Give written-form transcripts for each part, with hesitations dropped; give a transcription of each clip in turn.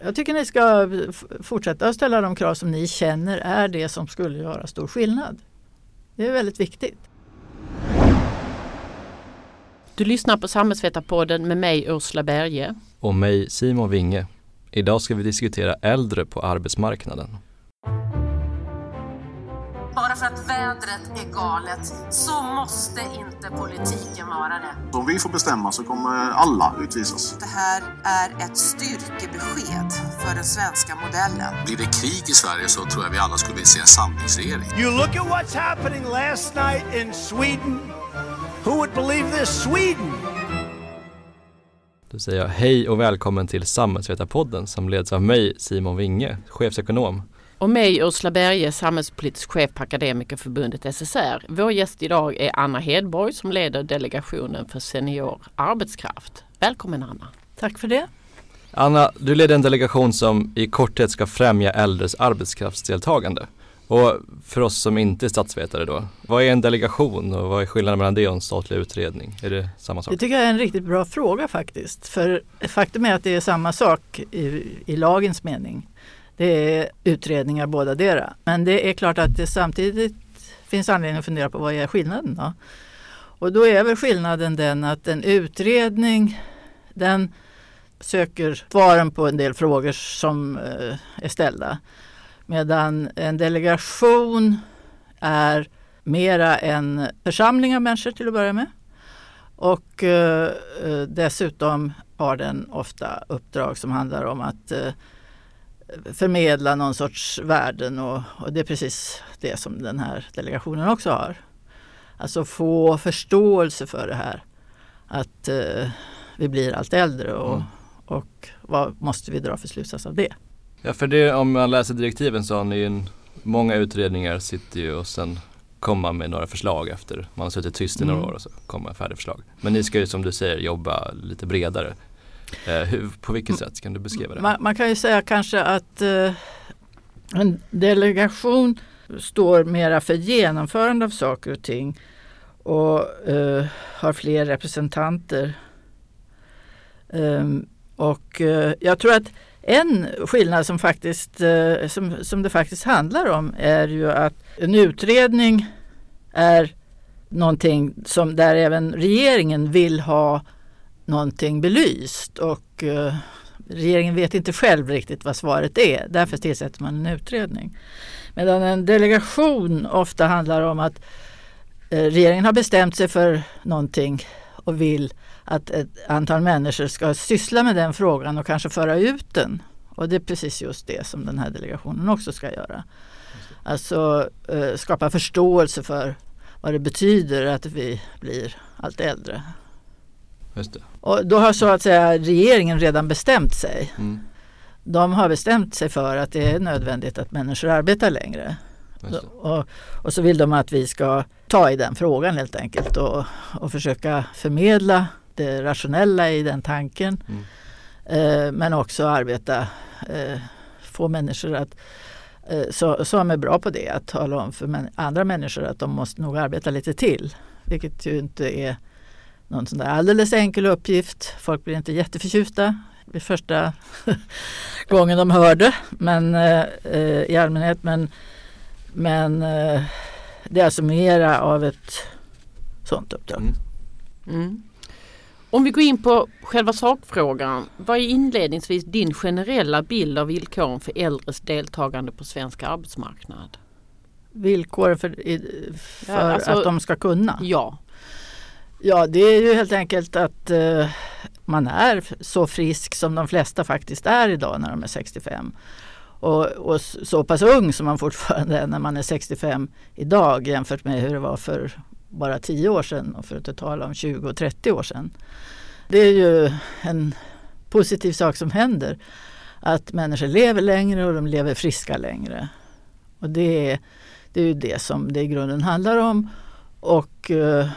Jag tycker ni ska fortsätta att ställa de krav som ni känner är det som skulle göra stor skillnad. Det är väldigt viktigt. Du lyssnar på Samhällsvetarpodden med mig Ursula Berge. Och mig Simon Winge. Idag ska vi diskutera äldre på arbetsmarknaden. Bara för att vädret är galet så måste inte politiken vara det. Om vi får bestämma så kommer alla utvisas. Det här är ett styrkebesked för den svenska modellen. Blir det krig i Sverige så tror jag vi alla skulle vilja se en samlingsregering. You look at what's happening last night in Sweden. Who would believe this? Sweden! Då säger jag hej och välkommen till Samhällsvetarpodden som leds av mig Simon Winge, chefsekonom. Och mig Ursula Berge, samhällspolitisk chef på Akademikerförbundet SSR. Vår gäst idag är Anna Hedborg som leder delegationen för senior arbetskraft. Välkommen Anna. Tack för det. Anna, du leder en delegation som i korthet ska främja äldres arbetskraftsdeltagande. Och för oss som inte är statsvetare då, vad är en delegation och vad är skillnaden mellan det och en statlig utredning? Är det samma sak? Det tycker jag är en riktigt bra fråga faktiskt. För faktum är att det är samma sak i lagens mening. Det är utredningar båda dera. Men det är klart att det samtidigt finns anledning att fundera på vad är skillnaden då? Och då är väl skillnaden den att en utredning den söker svaren på en del frågor som är ställda. Medan en delegation är mera en församling av människor till att börja med. Och dessutom har den ofta uppdrag som handlar om att förmedla någon sorts värden och det är precis det som den här delegationen också har. Alltså få förståelse för det här att vi blir allt äldre och vad måste vi dra för slutsats av det? Ja, för det om man läser direktiven så har ni många utredningar sitter ju och sen komma med några förslag efter man har suttit tyst i några år och så kommer en färdig förslag. Men ni ska ju som du säger jobba lite bredare. På vilket sätt kan du beskriva det? Man kan ju säga kanske att en delegation står mera för genomförande av saker och ting och har fler representanter. Och jag tror att en skillnad som faktiskt som det faktiskt handlar om är ju att en utredning är någonting som där även regeringen vill ha någonting belyst och regeringen vet inte själv riktigt vad svaret är. Därför tillsätter man en utredning. Medan en delegation ofta handlar om att regeringen har bestämt sig för någonting och vill att ett antal människor ska syssla med den frågan och kanske föra ut den. Och det är precis just det som den här delegationen också ska göra. Alltså skapa förståelse för vad det betyder att vi blir allt äldre. Just det. Och då har så att säga regeringen redan bestämt sig. De har bestämt sig för att det är nödvändigt att människor arbetar längre. Och så vill de att vi ska ta i den frågan helt enkelt och försöka förmedla det rationella i den tanken. Men också arbeta, få människor att som är bra på det, att tala om för andra människor att de måste nog arbeta lite till. Vilket ju inte är någon sån där alldeles enkel uppgift. Folk blir inte jätteförtjusta vid första gången de hör det, men i allmänhet. Men det är alltså mera av ett sånt uppdrag. Om vi går in på själva sakfrågan, vad är inledningsvis din generella bild av villkoren för äldres deltagande på svensk arbetsmarknad? Villkor för att de ska kunna? Ja, det är ju helt enkelt att man är så frisk som de flesta faktiskt är idag när de är 65. Och så pass ung som man fortfarande är när man är 65 idag jämfört med hur det var för bara 10 år sedan och för att tala om 20 och 30 år sedan. Det är ju en positiv sak som händer. Att människor lever längre och de lever friska längre. Och det är ju det som det i grunden handlar om. Och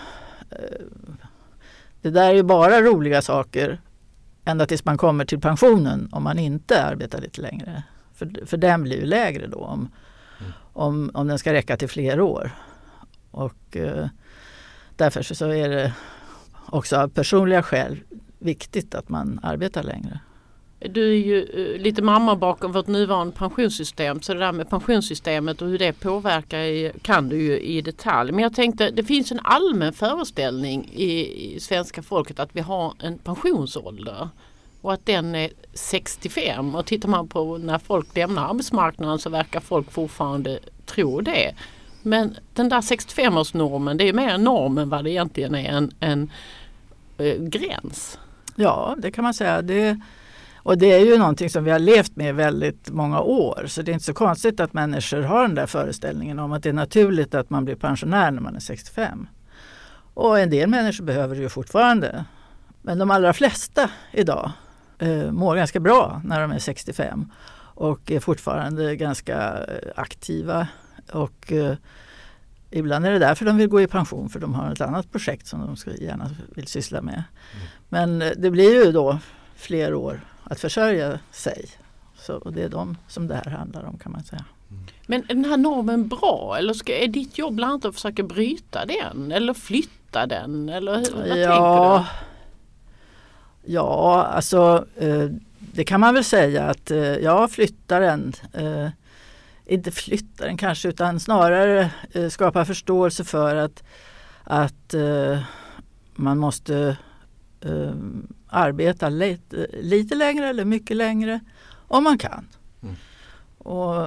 det där är ju bara roliga saker ända tills man kommer till pensionen om man inte arbetar lite längre. För den blir ju lägre då om den ska räcka till fler år. Och därför så är det också av personliga skäl viktigt att man arbetar längre. Du är ju lite mamma bakom vårt nuvarande pensionssystem, så det där med pensionssystemet och hur det påverkar kan du ju i detalj. Men jag tänkte, det finns en allmän föreställning i svenska folket att vi har en pensionsålder och att den är 65. Och tittar man på när folk lämnar arbetsmarknaden så verkar folk fortfarande tro det. Men den där 65-årsnormen, det är mer en norm än vad det egentligen är en gräns. Ja, det kan man säga. Och det är ju någonting som vi har levt med väldigt många år. Så det är inte så konstigt att människor har den där föreställningen om att det är naturligt att man blir pensionär när man är 65. Och en del människor behöver det ju fortfarande. Men de allra flesta idag mår ganska bra när de är 65. Och är fortfarande ganska aktiva. Och ibland är det därför de vill gå i pension, för de har ett annat projekt som de gärna vill syssla med. Men det blir ju då fler år att försörja sig. Och det är de som det här handlar om, kan man säga. Men är den här normen bra? Eller är ditt jobb bland annat att försöka bryta den? Eller flytta den? Eller vad tänker du? Ja, alltså det kan man väl säga att jag flyttar den. Inte flyttar den kanske, utan snarare skapa förståelse för att man måste arbeta lite längre eller mycket längre om man kan. Och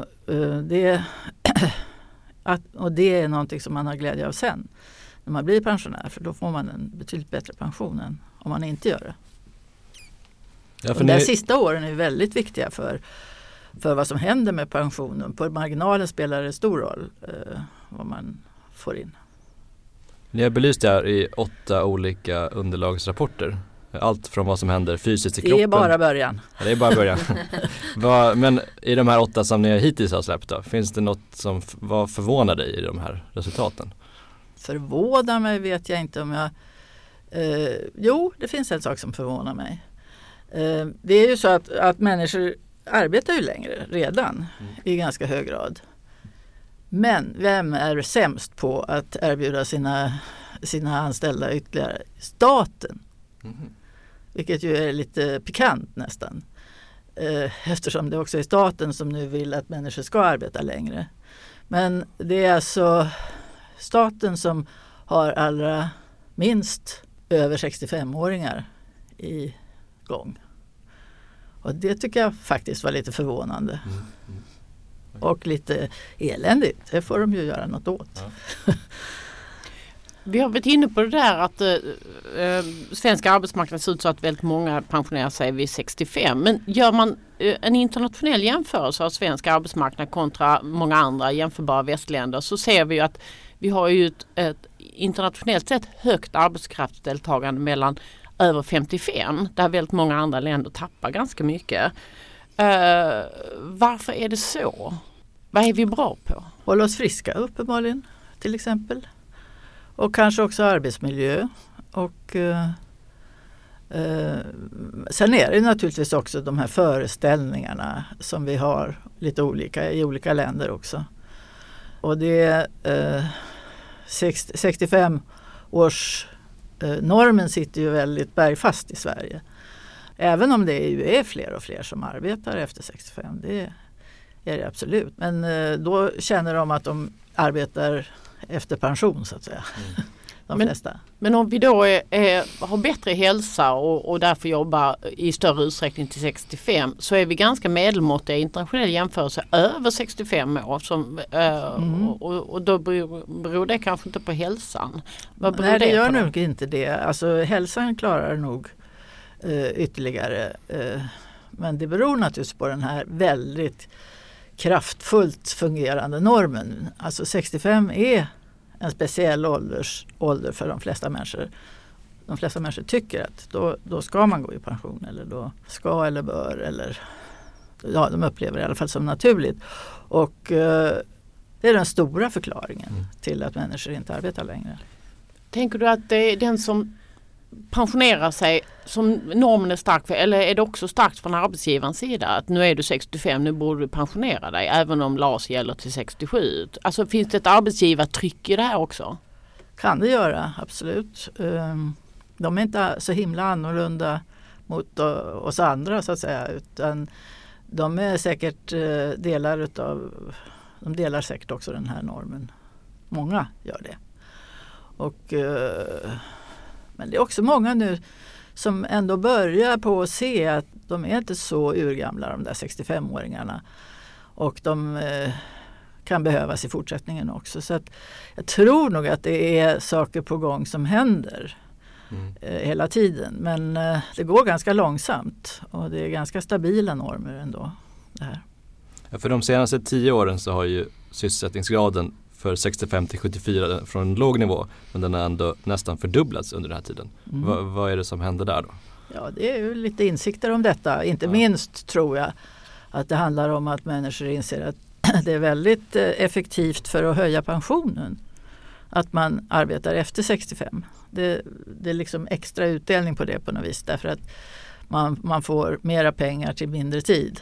det är någonting som man har glädje av sen när man blir pensionär, för då får man en betydligt bättre pension än om man inte gör det. Ja, för de sista åren är väldigt viktiga för vad som händer med pensionen. På marginalen spelar det stor roll vad man får in. Ni har belyst det här i 8 olika underlagsrapporter. Allt från vad som händer fysiskt i kroppen. Det är bara början. Ja, det är bara början. Men i de här 8 som ni hittills har släppt då, finns det något som var förvånade i de här resultaten? Förvånar mig vet jag inte om jag... Jo, det finns en sak som förvånar mig. Det är ju så att människor arbetar ju längre redan i ganska hög grad. Men vem är sämst på att erbjuda sina anställda ytterligare? Staten. Vilket ju är lite pikant nästan. Eftersom det också är staten som nu vill att människor ska arbeta längre. Men det är alltså staten som har allra minst över 65-åringar i gång. Och det tycker jag faktiskt var lite förvånande. Och lite eländigt. Det får de ju göra något åt. Ja. Vi har varit inne på det där att svenska arbetsmarknaden ser ut så att väldigt många pensionerar sig vid 65. Men gör man en internationell jämförelse av svensk arbetsmarknad kontra många andra jämförbara västländer, så ser vi ju att vi har ju ett internationellt sett högt arbetskraftsdeltagande mellan över 55, där väldigt många andra länder tappar ganska mycket. Varför är det så? Vad är vi bra på? Hålla oss friska uppenbarligen, till exempel. Och kanske också arbetsmiljö. Och sen är det naturligtvis också de här föreställningarna som vi har lite olika i olika länder också. Och det 65 års normen sitter ju väldigt bergfast i Sverige. Även om det ju är fler och fler som arbetar efter 65. Det är det absolut. Men då känner de att de arbetar efter pension så att säga. De flesta. Men om vi då har bättre hälsa och därför jobbar i större utsträckning till 65, så är vi ganska medelmåttiga i internationell jämförelse över 65 år. Och då beror det kanske inte på hälsan. Nej, det gör nog inte det. Alltså hälsan klarar nog ytterligare. Men det beror naturligtvis på den här väldigt kraftfullt fungerande normen. Alltså 65 är en speciell ålder för de flesta människor. De flesta människor tycker att då ska man gå i pension, eller då ska eller bör, eller ja, de upplever det i alla fall som naturligt. Och det är den stora förklaringen till att människor inte arbetar längre. Tänker du att det är den som pensionerar sig som normen är stark för, eller är det också starkt från arbetsgivarens sida att nu är du 65, nu borde du pensionera dig även om LAS gäller till 67? Alltså finns det ett arbetsgivartryck i det här också? Kan det göra, absolut. De är inte så himla annorlunda mot oss andra så att säga, utan de är säkert de delar säkert också den här normen. Många gör det. Men det är också många nu som ändå börjar på att se att de är inte så urgamla, de där 65-åringarna. Och de kan behövas i fortsättningen också. Så att jag tror nog att det är saker på gång som händer hela tiden. Men det går ganska långsamt och det är ganska stabila normer ändå. Det här. Ja, för de senaste 10 åren så har ju sysselsättningsgraden för 65 till 74 från en låg nivå, men den har ändå nästan fördubblats under den här tiden. Vad är det som händer där då? Ja, det är ju lite insikter om detta. Inte minst tror jag att det handlar om att människor inser att det är väldigt effektivt för att höja pensionen att man arbetar efter 65. Det är liksom extra utdelning på det på något vis, därför att man får mera pengar till mindre tid.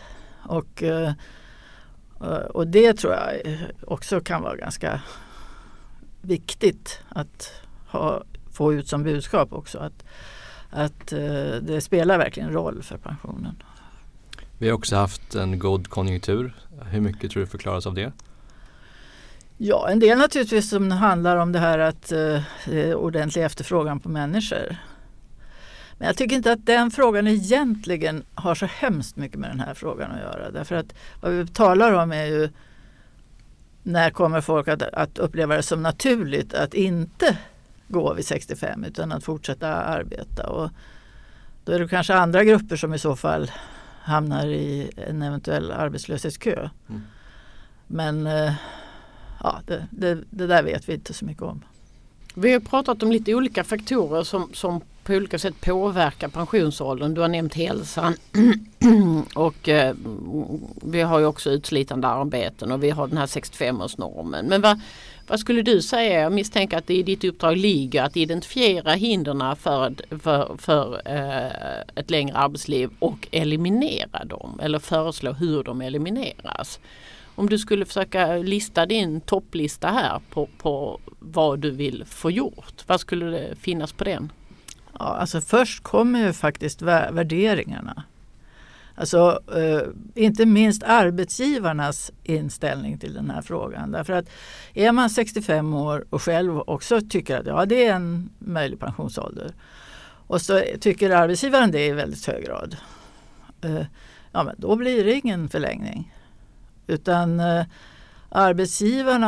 Och det tror jag också kan vara ganska viktigt att få ut som budskap också. Att det spelar verkligen roll för pensionen. Vi har också haft en god konjunktur. Hur mycket tror du förklaras av det? Ja, en del naturligtvis som handlar om det här att ordentlig efterfrågan på människor. Men jag tycker inte att den frågan egentligen har så hemskt mycket med den här frågan att göra. Därför att vad vi talar om är ju när kommer folk att uppleva det som naturligt att inte gå vid 65 utan att fortsätta arbeta. Och då är det kanske andra grupper som i så fall hamnar i en eventuell arbetslöshetskö. Men ja, det där vet vi inte så mycket om. Vi har pratat om lite olika faktorer som på olika sätt påverkar pensionsåldern. Du har nämnt hälsan och vi har ju också utslitande arbeten och vi har den här 65-årsnormen. Men vad skulle du säga? Jag misstänker att det i ditt uppdrag ligger att identifiera hindren för ett längre arbetsliv och eliminera dem eller föreslå hur de elimineras. Om du skulle försöka lista din topplista här på vad du vill få gjort, vad skulle det finnas på den? Ja, alltså först kommer ju faktiskt värderingarna. Alltså inte minst arbetsgivarnas inställning till den här frågan. Därför att är man 65 år och själv också tycker att ja, det är en möjlig pensionsålder och så tycker arbetsgivaren det i väldigt hög grad. Ja, men då blir det ingen förlängning. Utan arbetsgivarna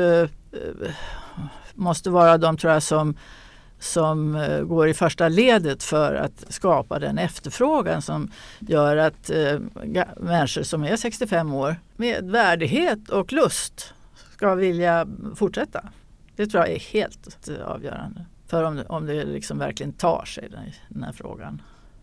måste vara de, tror jag, som går i första ledet för att skapa den efterfrågan som gör att människor som är 65 år med värdighet och lust ska vilja fortsätta. Det tror jag är helt avgörande för om det liksom verkligen tar sig den här frågan.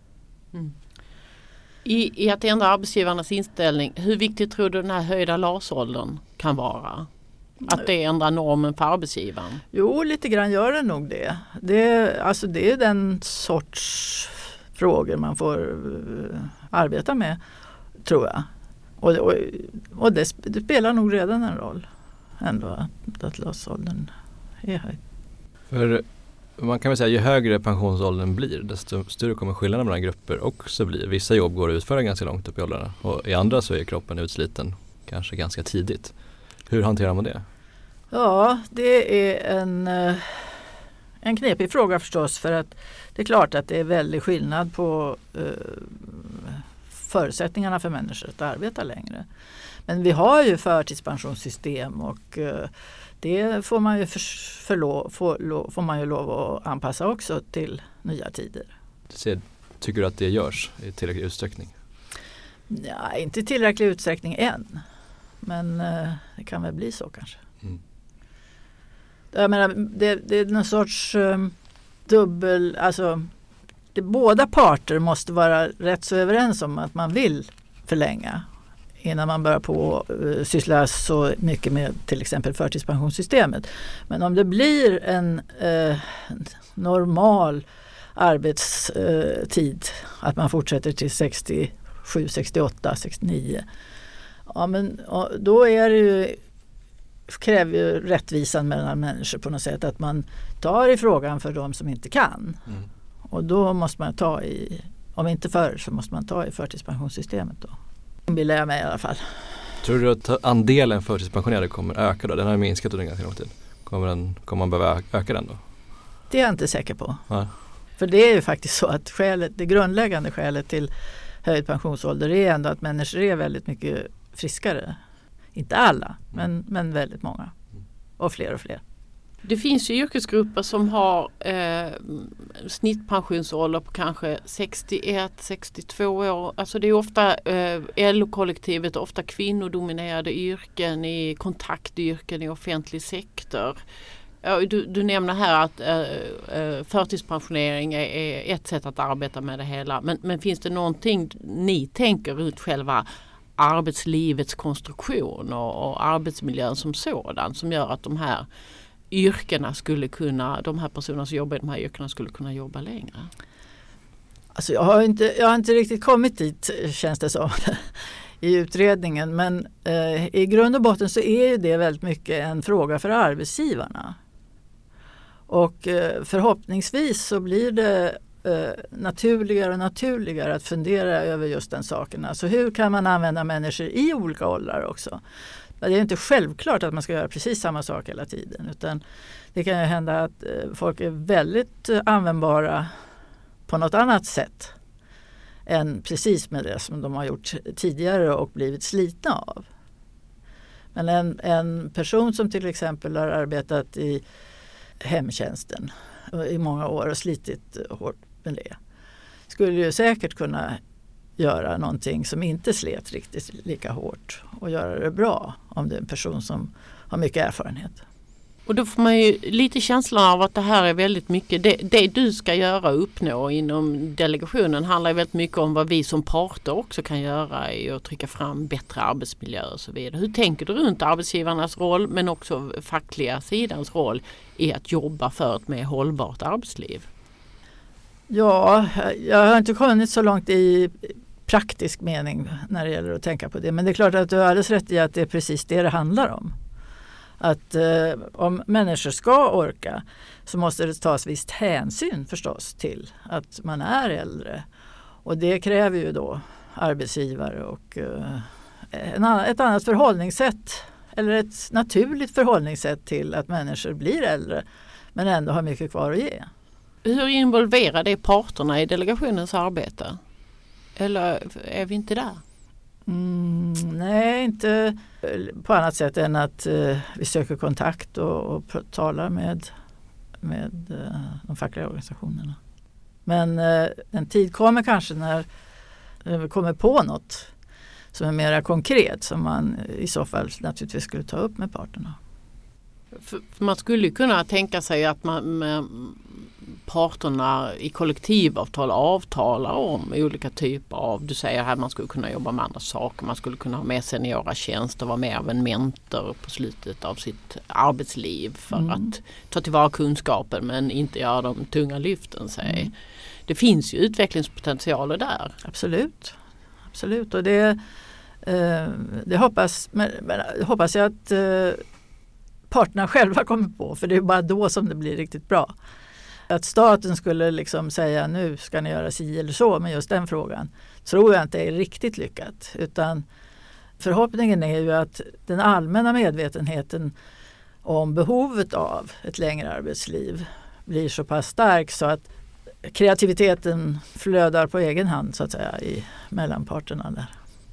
I att ändra arbetsgivarnas inställning, hur viktigt tror du den här höjda LAS-åldern kan vara? Att det ändrar normen för arbetsgivaren? Jo, lite grann gör det nog det. Det är den sorts frågor man får arbeta med, tror jag. Och det spelar nog redan en roll ändå att LAS-åldern är höjd. För man kan väl säga ju högre pensionsåldern blir, desto större kommer skillnaden mellan grupper också bli. Vissa jobb går att utföra ganska långt upp i åldrarna och i andra så är kroppen utsliten kanske ganska tidigt. Hur hanterar man det? Ja, det är en knepig fråga förstås, för att det är klart att det är väldigt skillnad på förutsättningarna för människor att arbeta längre. Men vi har ju förtidspensionssystem och det får man ju får man ju lov att anpassa också till nya tider. Tycker du att det görs i tillräcklig utsträckning? Ja, inte i tillräcklig utsträckning än. Men det kan väl bli så kanske. Jag menar, det är någon sorts dubbel... Alltså, båda parter måste vara rätt så överens om att man vill förlänga innan man börjar på syssla så mycket med till exempel förtidspensionssystemet. Men om det blir en normal arbetstid, att man fortsätter till 67, 68, 69, ja, men då är det ju, kräver ju rättvisan mellan människor på något sätt, att man tar i frågan för de som inte kan. Och då måste man ta i Om inte förr så måste man ta i förtidspensionssystemet då. Det vill jag med i alla fall. Tror du att andelen förtidspensionerade kommer öka då? Den har ju minskat under ganska lång tid. Kommer man behöva öka den då? Det är jag inte säker på. Ja. För det är ju faktiskt så att det grundläggande skälet till höjd pensionsålder är ändå att människor är väldigt mycket friskare. Inte alla, men väldigt många. Och fler. Det finns ju yrkesgrupper som har snittpensionsålder på kanske 61-62 år. Alltså det är ofta LO-kollektivet, ofta kvinnodominerade yrken i kontaktyrken i offentlig sektor. Du nämner här att förtidspensionering är ett sätt att arbeta med det hela. Men finns det någonting ni tänker runt själva arbetslivets konstruktion och arbetsmiljön som sådan som gör att de här yrkena de här personerna som jobbar i de här yrkena skulle kunna jobba längre? Alltså jag har inte riktigt kommit dit, känns det som, i utredningen. Men i grund och botten så är ju det väldigt mycket en fråga för arbetsgivarna. Och förhoppningsvis så blir det naturligare och naturligare att fundera över just den saken. Alltså hur kan man använda människor i olika åldrar också? Det är inte självklart att man ska göra precis samma sak hela tiden. Utan det kan ju hända att folk är väldigt användbara på något annat sätt än precis med det som de har gjort tidigare och blivit slitna av. Men en person som till exempel har arbetat i hemtjänsten i många år och slitit hårt med det skulle ju säkert kunna göra någonting som inte slet riktigt lika hårt och göra det bra om det är en person som har mycket erfarenhet. Och då får man ju lite känslan av att det här är väldigt mycket, det du ska göra och uppnå inom delegationen handlar väldigt mycket om vad vi som parter också kan göra i att trycka fram bättre arbetsmiljö och så vidare. Hur tänker du runt arbetsgivarnas roll men också fackliga sidans roll i att jobba för ett mer hållbart arbetsliv? Ja, jag har inte kommit så långt i praktisk mening när det gäller att tänka på det. Men det är klart att du har alldeles rätt i att det är precis det handlar om. Att om människor ska orka så måste det tas visst hänsyn förstås till att man är äldre. Och det kräver ju då arbetsgivare och ett annat förhållningssätt eller ett naturligt förhållningssätt till att människor blir äldre men ändå har mycket kvar att ge. Hur involverade är parterna i delegationens arbete? Eller är vi inte där? Nej, inte på annat sätt än att vi söker kontakt och talar med de fackliga organisationerna. Men en tid kommer kanske när vi kommer på något som är mer konkret som man i så fall naturligtvis skulle ta upp med parterna. För man skulle kunna tänka sig att parterna i kollektivavtal avtalar om olika typer av, du säger här man skulle kunna jobba med andra saker, man skulle kunna ha med seniora tjänster, vara med av en mentor på slutet av sitt arbetsliv för att ta tillvara kunskapen men inte göra de tunga lyften. Det finns ju utvecklingspotentialer där. Absolut och det hoppas jag att parterna själva kommer på, för det är bara då som det blir riktigt bra. Att staten skulle liksom säga nu ska ni göra si eller så med just den frågan tror jag inte är riktigt lyckat. Utan förhoppningen är ju att den allmänna medvetenheten om behovet av ett längre arbetsliv blir så pass stark så att kreativiteten flödar på egen hand så att säga i mellanparterna där.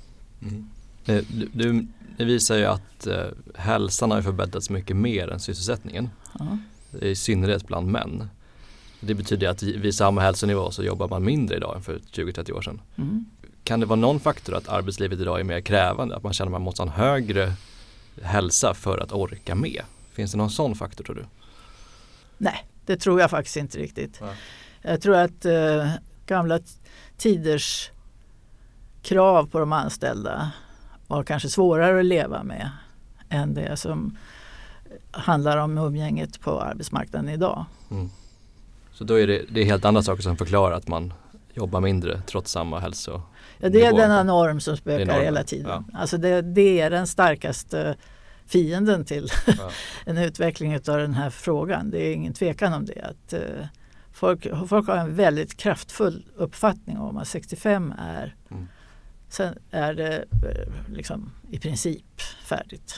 Det visar ju att hälsan har förbättrats mycket mer än sysselsättningen. Ja. I synnerhet bland män. Det betyder att vid samma hälsonivå så jobbar man mindre idag än för 20-30 år sedan. Kan det vara någon faktor att arbetslivet idag är mer krävande? Att man känner att man måste ha en högre hälsa för att orka med? Finns det någon sån faktor tror du? Nej, det tror jag faktiskt inte riktigt. Ja. Jag tror att gamla tiders krav på de anställda var kanske svårare att leva med än det som handlar om umgänget på arbetsmarknaden idag. Så då är det helt andra saker som förklarar att man jobbar mindre trots samma hälso. Ja, det är denna norm som spökar hela tiden. Ja. Alltså det är den starkaste fienden till en utveckling av den här frågan. Det är ingen tvekan om det. Att Folk har en väldigt kraftfull uppfattning om att 65 är, sen är det liksom i princip färdigt.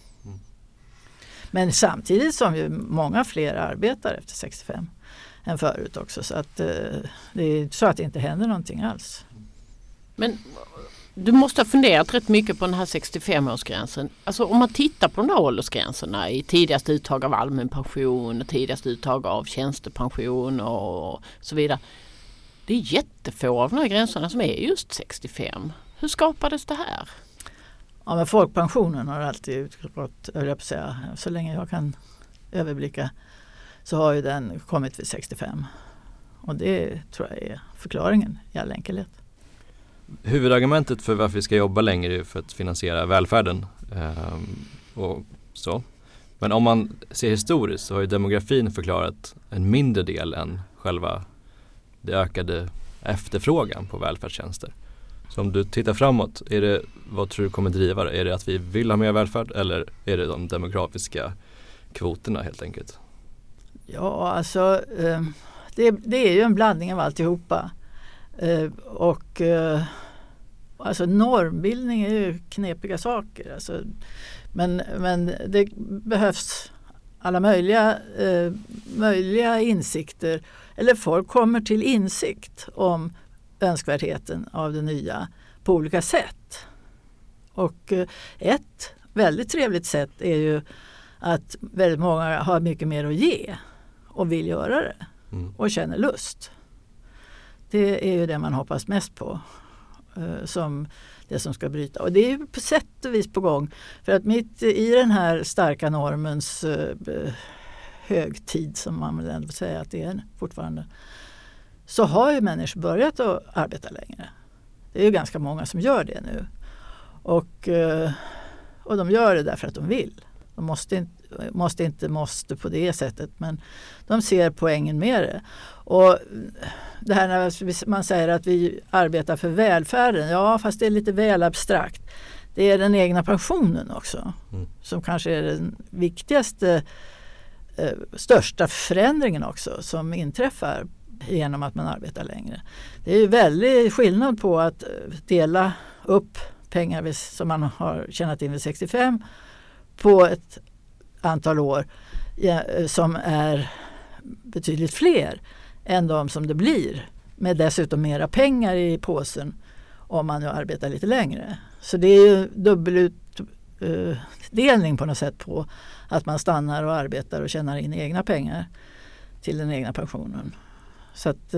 Men samtidigt som ju många fler arbetar efter 65 än förut också, så att det är så att det inte händer någonting alls. Men du måste ha funderat rätt mycket på den här 65-årsgränsen. Alltså om man tittar på de här åldersgränserna i tidigast uttag av allmän pension, tidigast uttag av tjänstepension och så vidare. Det är jättefå av de här gränserna som är just 65. Hur skapades det här? Ja, men folkpensionen har alltid utgått, så länge jag kan överblicka, så har ju den kommit vid 65. Och det tror jag är förklaringen i all enkelhet. Huvudargumentet för varför vi ska jobba längre är för att finansiera välfärden och så. Men om man ser historiskt så har ju demografin förklarat en mindre del än själva det ökade efterfrågan på välfärdstjänster. Så om du tittar framåt, vad tror du kommer driva det? Är det att vi vill ha mer välfärd eller är det de demografiska kvoterna helt enkelt? Ja, alltså det är ju en blandning av alltihopa. Alltså normbildning är ju knepiga saker. Alltså, men det behövs alla möjliga insikter. Eller folk kommer till insikt om önskvärdheten av det nya på olika sätt. Och ett väldigt trevligt sätt är ju att väldigt många har mycket mer att ge och vill göra det och känner lust. Det är ju det man hoppas mest på som det som ska bryta. Och det är ju på sätt och vis på gång. För att mitt i den här starka normens högtid, som man vill ändå säga att det är fortfarande, så har ju människor börjat att arbeta längre. Det är ju ganska många som gör det nu. Och de gör det därför att de vill. De måste på det sättet, men de ser poängen med det. Och det här när man säger att vi arbetar för välfärden, ja, fast det är lite väl abstrakt. Det är den egna pensionen också som kanske är den viktigaste, största förändringen också som inträffar genom att man arbetar längre. Det är ju väldigt skillnad på att dela upp pengar som man har tjänat in vid 65 på ett antal år som är betydligt fler än de som det blir, med dessutom mera pengar i påsen om man nu arbetar lite längre. Så det är ju dubbelutdelning på något sätt på att man stannar och arbetar och tjänar in egna pengar till den egna pensionen. Så att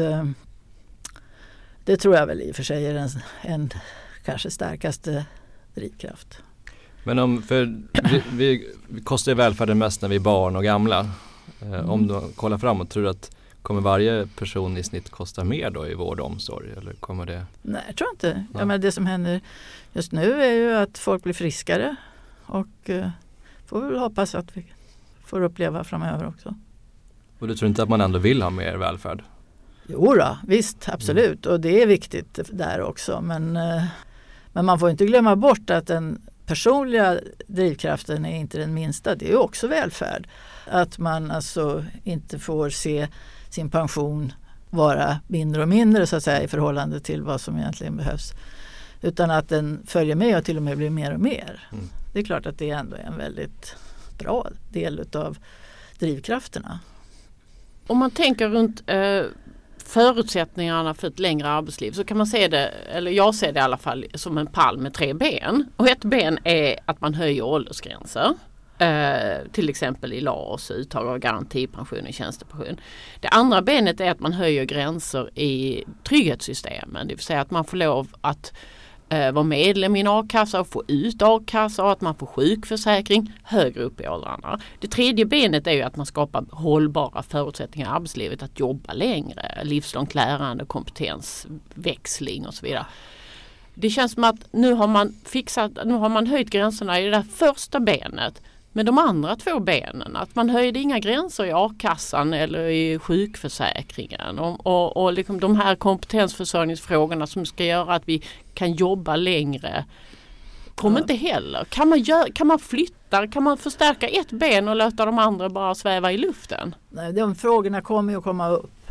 det tror jag väl i och för sig är en kanske starkaste drivkraft. Men vi kostar ju välfärden mest när vi är barn och gamla. Om du kollar framåt, tror du att kommer varje person i snitt kosta mer då i vård och omsorg? Eller kommer det? Nej, jag tror inte. Ja, men det som händer just nu är ju att folk blir friskare och får väl hoppas att vi får uppleva framöver också. Och du tror inte att man ändå vill ha mer välfärd? Jo då, visst, absolut. Och det är viktigt där också. Men man får inte glömma bort att den personliga drivkraften är inte den minsta. Det är ju också välfärd. Att man alltså inte får se sin pension vara mindre och mindre så att säga i förhållande till vad som egentligen behövs. Utan att den följer med och till och med blir mer och mer. Det är klart att det är ändå en väldigt bra del av drivkrafterna. Om man tänker runt förutsättningarna för ett längre arbetsliv så kan man se det, eller jag ser det i alla fall, som en pall med 3 ben. Och ett ben är att man höjer åldersgränser. Till exempel i LAS, uttag av garantipension och tjänstepension. Det andra benet är att man höjer gränser i trygghetssystemen. Det vill säga att man får lov att vara medlem i en a-kassa och få ut a-kassa och att man får sjukförsäkring högre upp i åldrarna. Det tredje benet är ju att man skapar hållbara förutsättningar i arbetslivet att jobba längre, livslångt lärande, kompetensväxling och så vidare. Det känns som att nu har man höjt gränserna i det där första benet. Men de andra 2 benen, att man höjde inga gränser i a-kassan eller i sjukförsäkringen och liksom de här kompetensförsörjningsfrågorna som ska göra att vi kan jobba längre kommer inte heller. Kan man förstärka ett ben och låta de andra bara sväva i luften? Nej, de frågorna kommer ju att komma upp.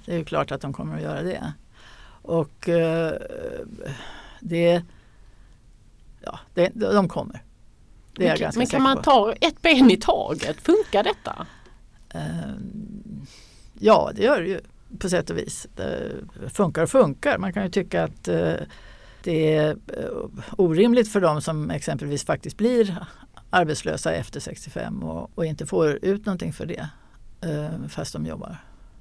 Det är ju klart att de kommer att göra det. Och de kommer. Det är jag ganska men säker kan man på. ta ett ben i taget? Funkar detta? Ja, det gör det ju på sätt och vis. Det funkar. Man kan ju tycka att det är orimligt för dem som exempelvis faktiskt blir arbetslösa efter 65 och inte får ut någonting för det fast de jobbar.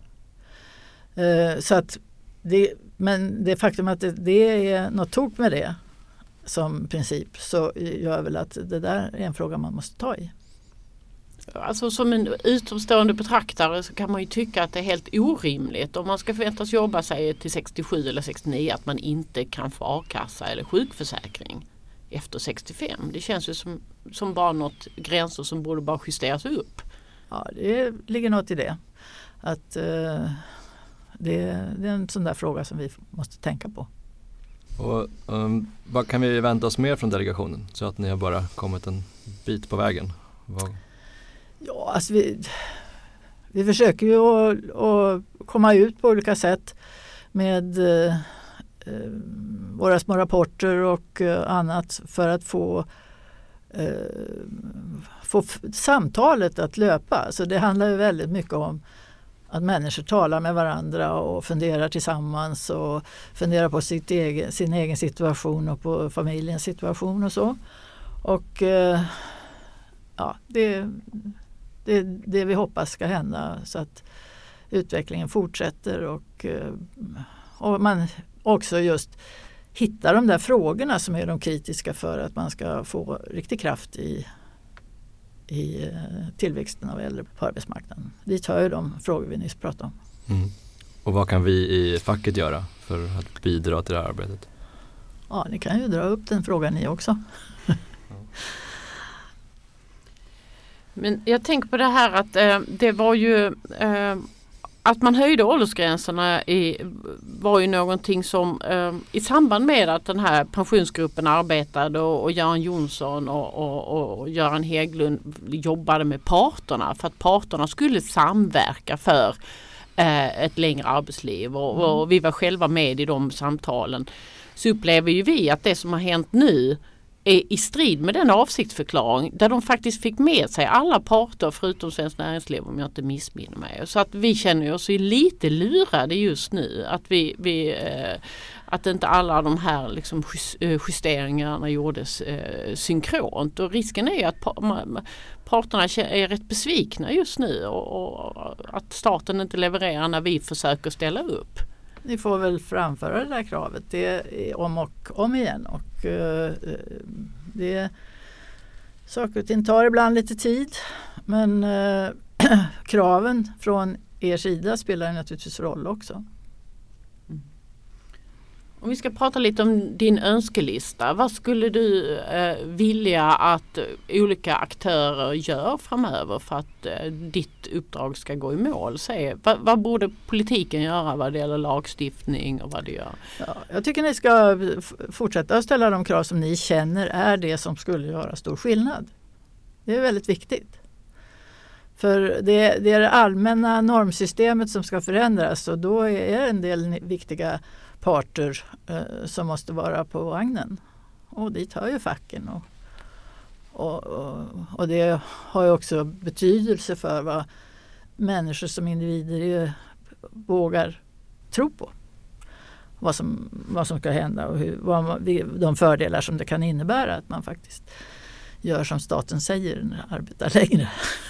Så att men det faktum att det är något tok med det som princip, så gör väl att det där är en fråga man måste ta i. Alltså som en utomstående betraktare så kan man ju tycka att det är helt orimligt om man ska förväntas jobba sig till 67 eller 69 att man inte kan få a-kassa eller sjukförsäkring efter 65. Det känns ju som bara något gränser som borde bara justeras upp. Ja, det ligger något i det. Att det är en sån där fråga som vi måste tänka på. Och vad kan vi vänta oss mer från delegationen så att ni har bara kommit en bit på vägen? Ja, alltså vi försöker ju att komma ut på olika sätt med våra små rapporter och annat för att få samtalet att löpa. Så det handlar ju väldigt mycket om att människor talar med varandra och funderar tillsammans och funderar på sin egen situation och på familjens situation och så. Och det är det vi hoppas ska hända så att utvecklingen fortsätter och man också just hittar de där frågorna som är de kritiska för att man ska få riktig kraft i tillväxten av äldre på arbetsmarknaden. Dit hör ju de frågor vi nyss pratade om. Mm. Och vad kan vi i facket göra för att bidra till det här arbetet? Ja, ni kan ju dra upp den frågan ni också. Men jag tänker på det här att det var ju att man höjde åldersgränserna var ju någonting som i samband med att den här pensionsgruppen arbetade och Göran Jonsson och Göran Hägglund jobbade med parterna för att parterna skulle samverka för ett längre arbetsliv och vi var själva med i de samtalen, så upplever ju vi att det som har hänt nu är i strid med den avsiktsförklaring där de faktiskt fick med sig alla parter förutom Svenskt Näringsliv, om jag inte missminner mig. Så att vi känner oss lite lurade just nu att att inte alla de här liksom justeringarna gjordes synkront, och risken är ju att parterna är rätt besvikna just nu och att staten inte levererar när vi försöker ställa upp. Ni får väl framföra det där kravet det om och om igen, och saker och ting tar ibland lite tid, men kraven från er sida spelar naturligtvis roll också. Om vi ska prata lite om din önskelista, vad skulle du vilja att olika aktörer gör framöver för att ditt uppdrag ska gå i mål? Vad borde politiken göra vad det gäller lagstiftning och vad det gör? Ja, jag tycker ni ska fortsätta att ställa de krav som ni känner är det som skulle göra stor skillnad. Det är väldigt viktigt. För det är det allmänna normsystemet som ska förändras, och då är en del viktiga parter som måste vara på vagnen. Och dit hör ju facken. Och det har ju också betydelse för vad människor som individer vågar tro på. Vad som ska hända och de fördelar som det kan innebära att man faktiskt gör som staten säger när man arbetar längre.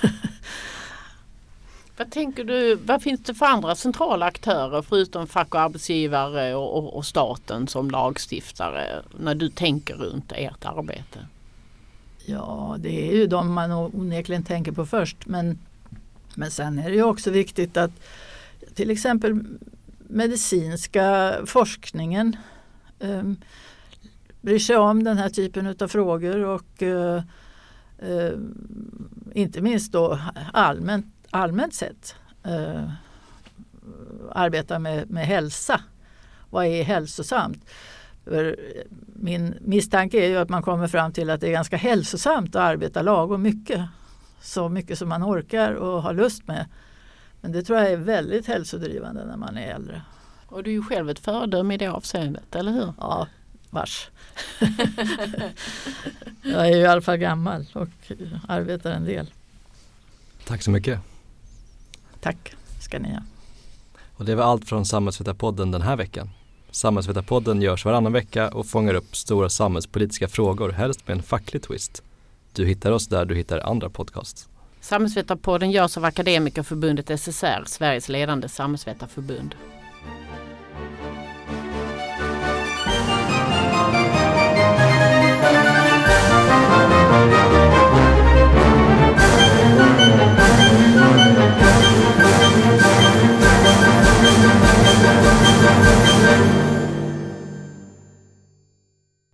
Vad tänker du, vad finns det för andra centrala aktörer förutom fack och arbetsgivare och staten som lagstiftare när du tänker runt ert arbete? Ja, det är ju de man onekligen tänker på först, men sen är det ju också viktigt att till exempel medicinska forskningen bryr sig om den här typen av frågor och inte minst då allmänt sett arbeta med hälsa. Vad är hälsosamt? För min misstanke är ju att man kommer fram till att det är ganska hälsosamt att arbeta lagom mycket. Så mycket som man orkar och har lust med. Men det tror jag är väldigt hälsodrivande när man är äldre. Och du är ju själv ett föredöme i det avseendet, eller hur? Ja, vars. Jag är ju i alla fall gammal och arbetar en del. Tack så mycket. Tack ska ni ha. Och det var allt från Samhällsvetarpodden den här veckan. Samhällsvetarpodden görs varannan vecka och fångar upp stora samhällspolitiska frågor, helst med en facklig twist. Du hittar oss där du hittar andra podcasts. Samhällsvetarpodden görs av Akademikerförbundet SSR, Sveriges ledande samhällsvetarförbund.